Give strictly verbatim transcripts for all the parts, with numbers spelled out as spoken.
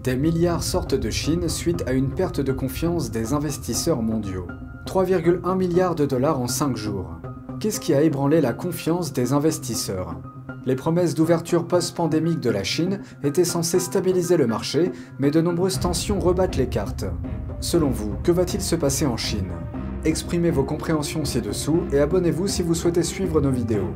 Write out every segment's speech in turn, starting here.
Des milliards sortent de Chine suite à une perte de confiance des investisseurs mondiaux. trois virgule un milliards de dollars en cinq jours. Qu'est-ce qui a ébranlé la confiance des investisseurs? Les promesses d'ouverture post-pandémique de la Chine étaient censées stabiliser le marché, mais de nombreuses tensions rebattent les cartes. Selon vous, que va-t-il se passer en Chine? Exprimez vos compréhensions ci-dessous et abonnez-vous si vous souhaitez suivre nos vidéos.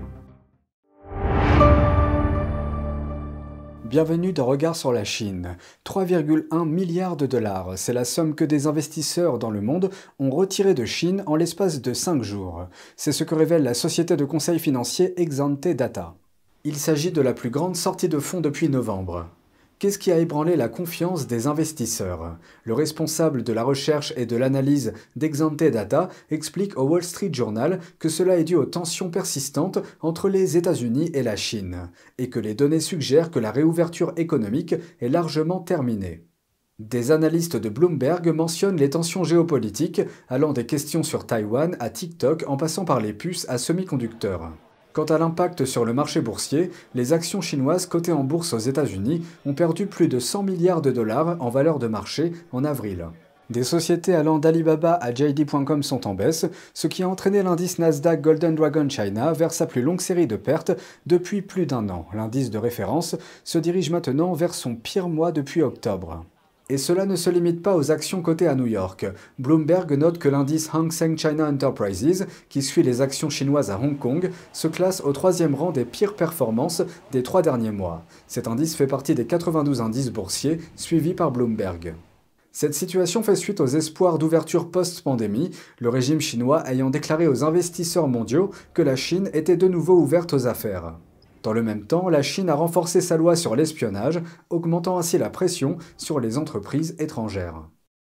Bienvenue dans Regard sur la Chine. trois virgule un milliards de dollars, c'est la somme que des investisseurs dans le monde ont retirée de Chine en l'espace de cinq jours. C'est ce que révèle la société de conseil financier Exante Data. Il s'agit de la plus grande sortie de fonds depuis novembre. Qu'est-ce qui a ébranlé la confiance des investisseurs? Le responsable de la recherche et de l'analyse d'Exante Data explique au Wall Street Journal que cela est dû aux tensions persistantes entre les États-Unis et la Chine, et que les données suggèrent que la réouverture économique est largement terminée. Des analystes de Bloomberg mentionnent les tensions géopolitiques, allant des questions sur Taïwan à TikTok en passant par les puces à semi-conducteurs. Quant à l'impact sur le marché boursier, les actions chinoises cotées en bourse aux États-Unis ont perdu plus de cent milliards de dollars en valeur de marché en avril. Des sociétés allant d'Alibaba à J D point com sont en baisse, ce qui a entraîné l'indice Nasdaq Golden Dragon China vers sa plus longue série de pertes depuis plus d'un an. L'indice de référence se dirige maintenant vers son pire mois depuis octobre. Et cela ne se limite pas aux actions cotées à New York. Bloomberg note que l'indice Hang Seng China Enterprises, qui suit les actions chinoises à Hong Kong, se classe au troisième rang des pires performances des trois derniers mois. Cet indice fait partie des quatre-vingt-douze indices boursiers suivis par Bloomberg. Cette situation fait suite aux espoirs d'ouverture post-pandémie, le régime chinois ayant déclaré aux investisseurs mondiaux que la Chine était de nouveau ouverte aux affaires. Dans le même temps, la Chine a renforcé sa loi sur l'espionnage, augmentant ainsi la pression sur les entreprises étrangères.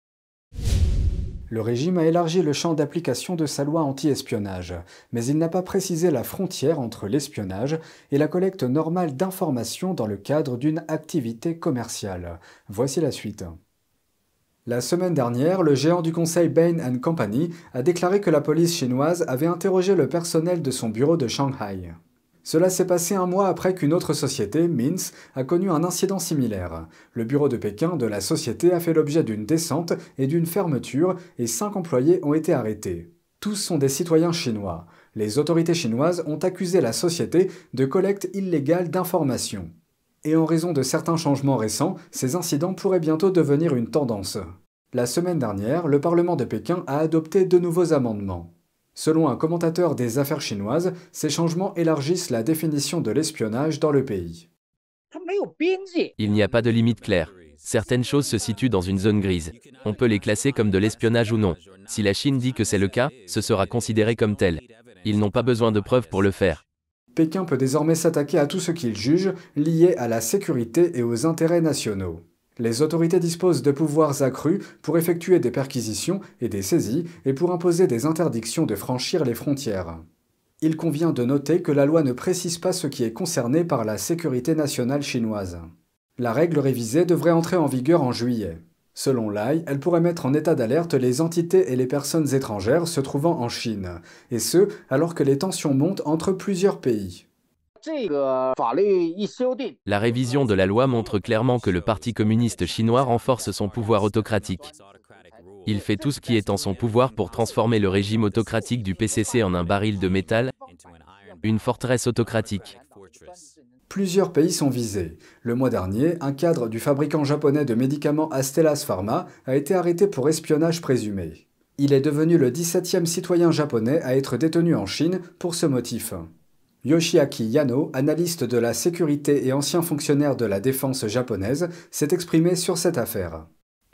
Le régime a élargi le champ d'application de sa loi anti-espionnage, mais il n'a pas précisé la frontière entre l'espionnage et la collecte normale d'informations dans le cadre d'une activité commerciale. Voici la suite. La semaine dernière, le géant du conseil Bain and Company a déclaré que la police chinoise avait interrogé le personnel de son bureau de Shanghai. Cela s'est passé un mois après qu'une autre société, Mintz, a connu un incident similaire. Le bureau de Pékin de la société a fait l'objet d'une descente et d'une fermeture et cinq employés ont été arrêtés. Tous sont des citoyens chinois. Les autorités chinoises ont accusé la société de collecte illégale d'informations. Et en raison de certains changements récents, ces incidents pourraient bientôt devenir une tendance. La semaine dernière, le Parlement de Pékin a adopté de nouveaux amendements. Selon un commentateur des affaires chinoises, ces changements élargissent la définition de l'espionnage dans le pays. Il n'y a pas de limite claire. Certaines choses se situent dans une zone grise. On peut les classer comme de l'espionnage ou non. Si la Chine dit que c'est le cas, ce sera considéré comme tel. Ils n'ont pas besoin de preuves pour le faire. Pékin peut désormais s'attaquer à tout ce qu'il juge lié à la sécurité et aux intérêts nationaux. Les autorités disposent de pouvoirs accrus pour effectuer des perquisitions et des saisies et pour imposer des interdictions de franchir les frontières. Il convient de noter que la loi ne précise pas ce qui est concerné par la sécurité nationale chinoise. La règle révisée devrait entrer en vigueur en juillet. Selon l'A I, elle pourrait mettre en état d'alerte les entités et les personnes étrangères se trouvant en Chine, et ce, alors que les tensions montent entre plusieurs pays. La révision de la loi montre clairement que le Parti communiste chinois renforce son pouvoir autocratique. Il fait tout ce qui est en son pouvoir pour transformer le régime autocratique du P C C en un baril de métal, une forteresse autocratique. Plusieurs pays sont visés. Le mois dernier, un cadre du fabricant japonais de médicaments Astellas Pharma a été arrêté pour espionnage présumé. Il est devenu le dix-septième citoyen japonais à être détenu en Chine pour ce motif. Yoshiaki Yano, analyste de la sécurité et ancien fonctionnaire de la défense japonaise, s'est exprimé sur cette affaire.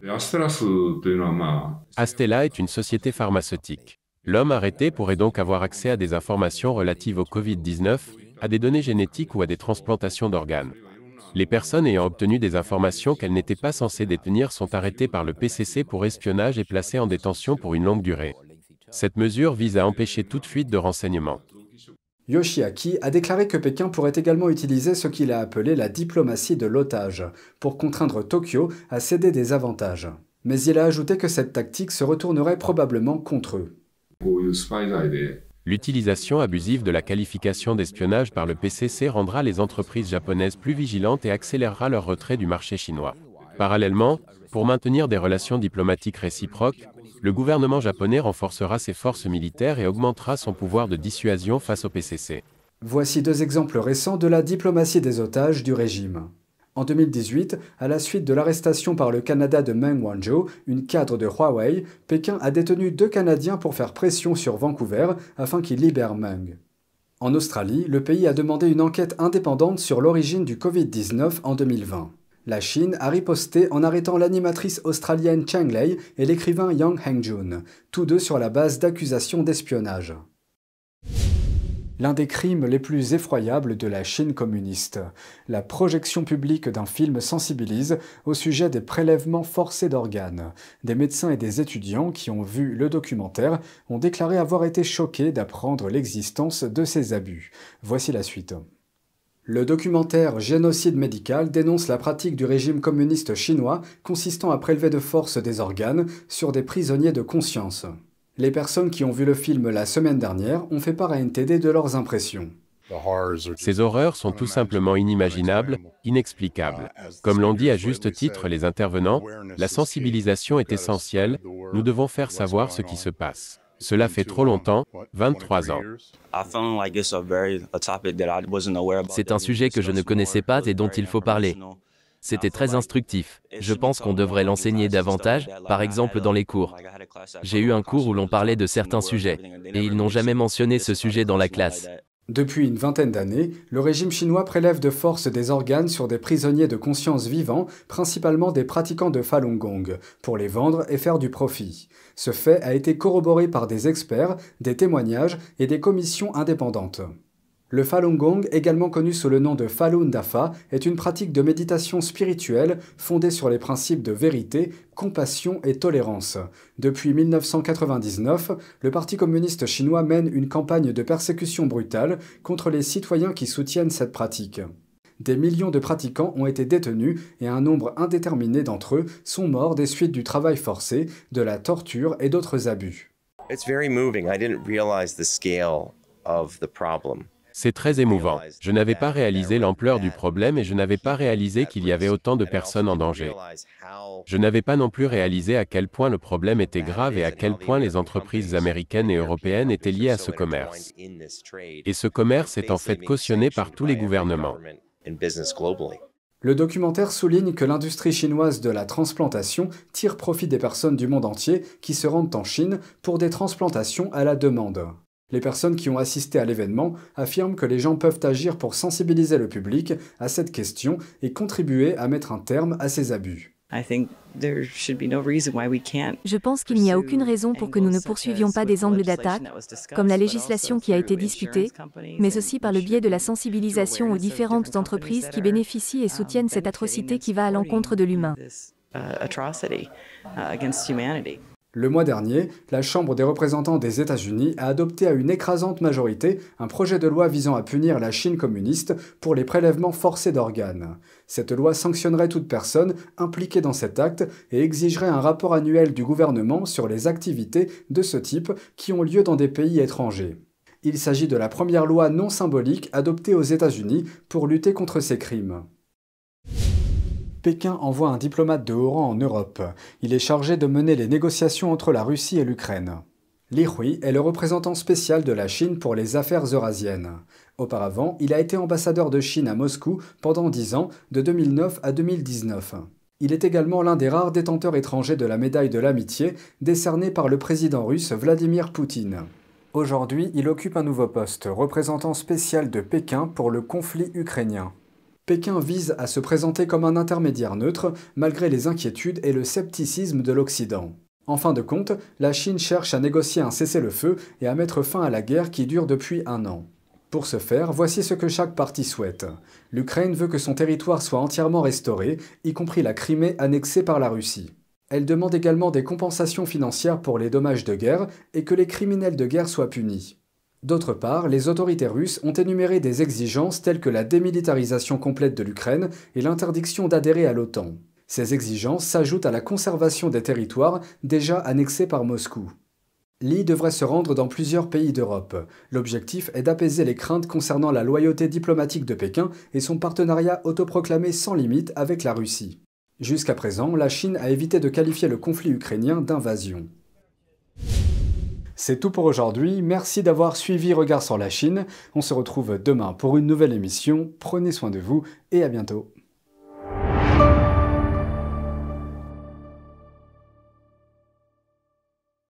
Astellas est une société pharmaceutique. L'homme arrêté pourrait donc avoir accès à des informations relatives au Covid dix-neuf, à des données génétiques ou à des transplantations d'organes. Les personnes ayant obtenu des informations qu'elles n'étaient pas censées détenir sont arrêtées par le P C C pour espionnage et placées en détention pour une longue durée. Cette mesure vise à empêcher toute fuite de renseignements. Yoshiaki a déclaré que Pékin pourrait également utiliser ce qu'il a appelé la diplomatie de l'otage pour contraindre Tokyo à céder des avantages. Mais il a ajouté que cette tactique se retournerait probablement contre eux. L'utilisation abusive de la qualification d'espionnage par le P C C rendra les entreprises japonaises plus vigilantes et accélérera leur retrait du marché chinois. Parallèlement, pour maintenir des relations diplomatiques réciproques, le gouvernement japonais renforcera ses forces militaires et augmentera son pouvoir de dissuasion face au P C C. Voici deux exemples récents de la diplomatie des otages du régime. En deux mille dix-huit, à la suite de l'arrestation par le Canada de Meng Wanzhou, une cadre de Huawei, Pékin a détenu deux Canadiens pour faire pression sur Vancouver afin qu'il libère Meng. En Australie, le pays a demandé une enquête indépendante sur l'origine du Covid dix-neuf en deux mille vingt. La Chine a riposté en arrêtant l'animatrice australienne Cheng Lei et l'écrivain Yang Hengjun, tous deux sur la base d'accusations d'espionnage. L'un des crimes les plus effroyables de la Chine communiste. La projection publique d'un film sensibilise au sujet des prélèvements forcés d'organes. Des médecins et des étudiants qui ont vu le documentaire ont déclaré avoir été choqués d'apprendre l'existence de ces abus. Voici la suite. Le documentaire Génocide médical dénonce la pratique du régime communiste chinois consistant à prélever de force des organes sur des prisonniers de conscience. Les personnes qui ont vu le film la semaine dernière ont fait part à N T D de leurs impressions. Ces horreurs sont tout simplement inimaginables, inexplicables. Comme l'ont dit à juste titre les intervenants, la sensibilisation est essentielle, nous devons faire savoir ce qui se passe. Cela fait trop longtemps, vingt-trois ans. C'est un sujet que je ne connaissais pas et dont il faut parler. C'était très instructif. Je pense qu'on devrait l'enseigner davantage, par exemple dans les cours. J'ai eu un cours où l'on parlait de certains sujets, et ils n'ont jamais mentionné ce sujet dans la classe. Depuis une vingtaine d'années, le régime chinois prélève de force des organes sur des prisonniers de conscience vivants, principalement des pratiquants de Falun Gong, pour les vendre et faire du profit. Ce fait a été corroboré par des experts, des témoignages et des commissions indépendantes. Le Falun Gong, également connu sous le nom de Falun Dafa, est une pratique de méditation spirituelle fondée sur les principes de vérité, compassion et tolérance. Depuis mille neuf cent quatre-vingt-dix-neuf, le Parti communiste chinois mène une campagne de persécution brutale contre les citoyens qui soutiennent cette pratique. Des millions de pratiquants ont été détenus et un nombre indéterminé d'entre eux sont morts des suites du travail forcé, de la torture et d'autres abus. C'est très émouvant. Je n'avais pas réalisé l'ampleur du problème et je n'avais pas réalisé qu'il y avait autant de personnes en danger. Je n'avais pas non plus réalisé à quel point le problème était grave et à quel point les entreprises américaines et européennes étaient liées à ce commerce. Et ce commerce est en fait cautionné par tous les gouvernements. Le documentaire souligne que l'industrie chinoise de la transplantation tire profit des personnes du monde entier qui se rendent en Chine pour des transplantations à la demande. Les personnes qui ont assisté à l'événement affirment que les gens peuvent agir pour sensibiliser le public à cette question et contribuer à mettre un terme à ces abus. Je pense qu'il n'y a aucune raison pour que nous ne poursuivions pas des angles d'attaque, comme la législation qui a été discutée, mais aussi par le biais de la sensibilisation aux différentes entreprises qui bénéficient et soutiennent cette atrocité qui va à l'encontre de l'humain. Le mois dernier, la Chambre des représentants des États-Unis a adopté à une écrasante majorité un projet de loi visant à punir la Chine communiste pour les prélèvements forcés d'organes. Cette loi sanctionnerait toute personne impliquée dans cet acte et exigerait un rapport annuel du gouvernement sur les activités de ce type qui ont lieu dans des pays étrangers. Il s'agit de la première loi non symbolique adoptée aux États-Unis pour lutter contre ces crimes. Pékin envoie un diplomate de haut rang en Europe. Il est chargé de mener les négociations entre la Russie et l'Ukraine. Li Hui est le représentant spécial de la Chine pour les affaires eurasiennes. Auparavant, il a été ambassadeur de Chine à Moscou pendant dix ans, de deux mille neuf à deux mille dix-neuf. Il est également l'un des rares détenteurs étrangers de la médaille de l'amitié décernée par le président russe Vladimir Poutine. Aujourd'hui, il occupe un nouveau poste, représentant spécial de Pékin pour le conflit ukrainien. Pékin vise à se présenter comme un intermédiaire neutre, malgré les inquiétudes et le scepticisme de l'Occident. En fin de compte, la Chine cherche à négocier un cessez-le-feu et à mettre fin à la guerre qui dure depuis un an. Pour ce faire, voici ce que chaque partie souhaite. L'Ukraine veut que son territoire soit entièrement restauré, y compris la Crimée annexée par la Russie. Elle demande également des compensations financières pour les dommages de guerre et que les criminels de guerre soient punis. D'autre part, les autorités russes ont énuméré des exigences telles que la démilitarisation complète de l'Ukraine et l'interdiction d'adhérer à l'OTAN. Ces exigences s'ajoutent à la conservation des territoires déjà annexés par Moscou. Li devrait se rendre dans plusieurs pays d'Europe. L'objectif est d'apaiser les craintes concernant la loyauté diplomatique de Pékin et son partenariat autoproclamé sans limite avec la Russie. Jusqu'à présent, la Chine a évité de qualifier le conflit ukrainien d'invasion. C'est tout pour aujourd'hui, merci d'avoir suivi Regard sur la Chine. On se retrouve demain pour une nouvelle émission, prenez soin de vous et à bientôt.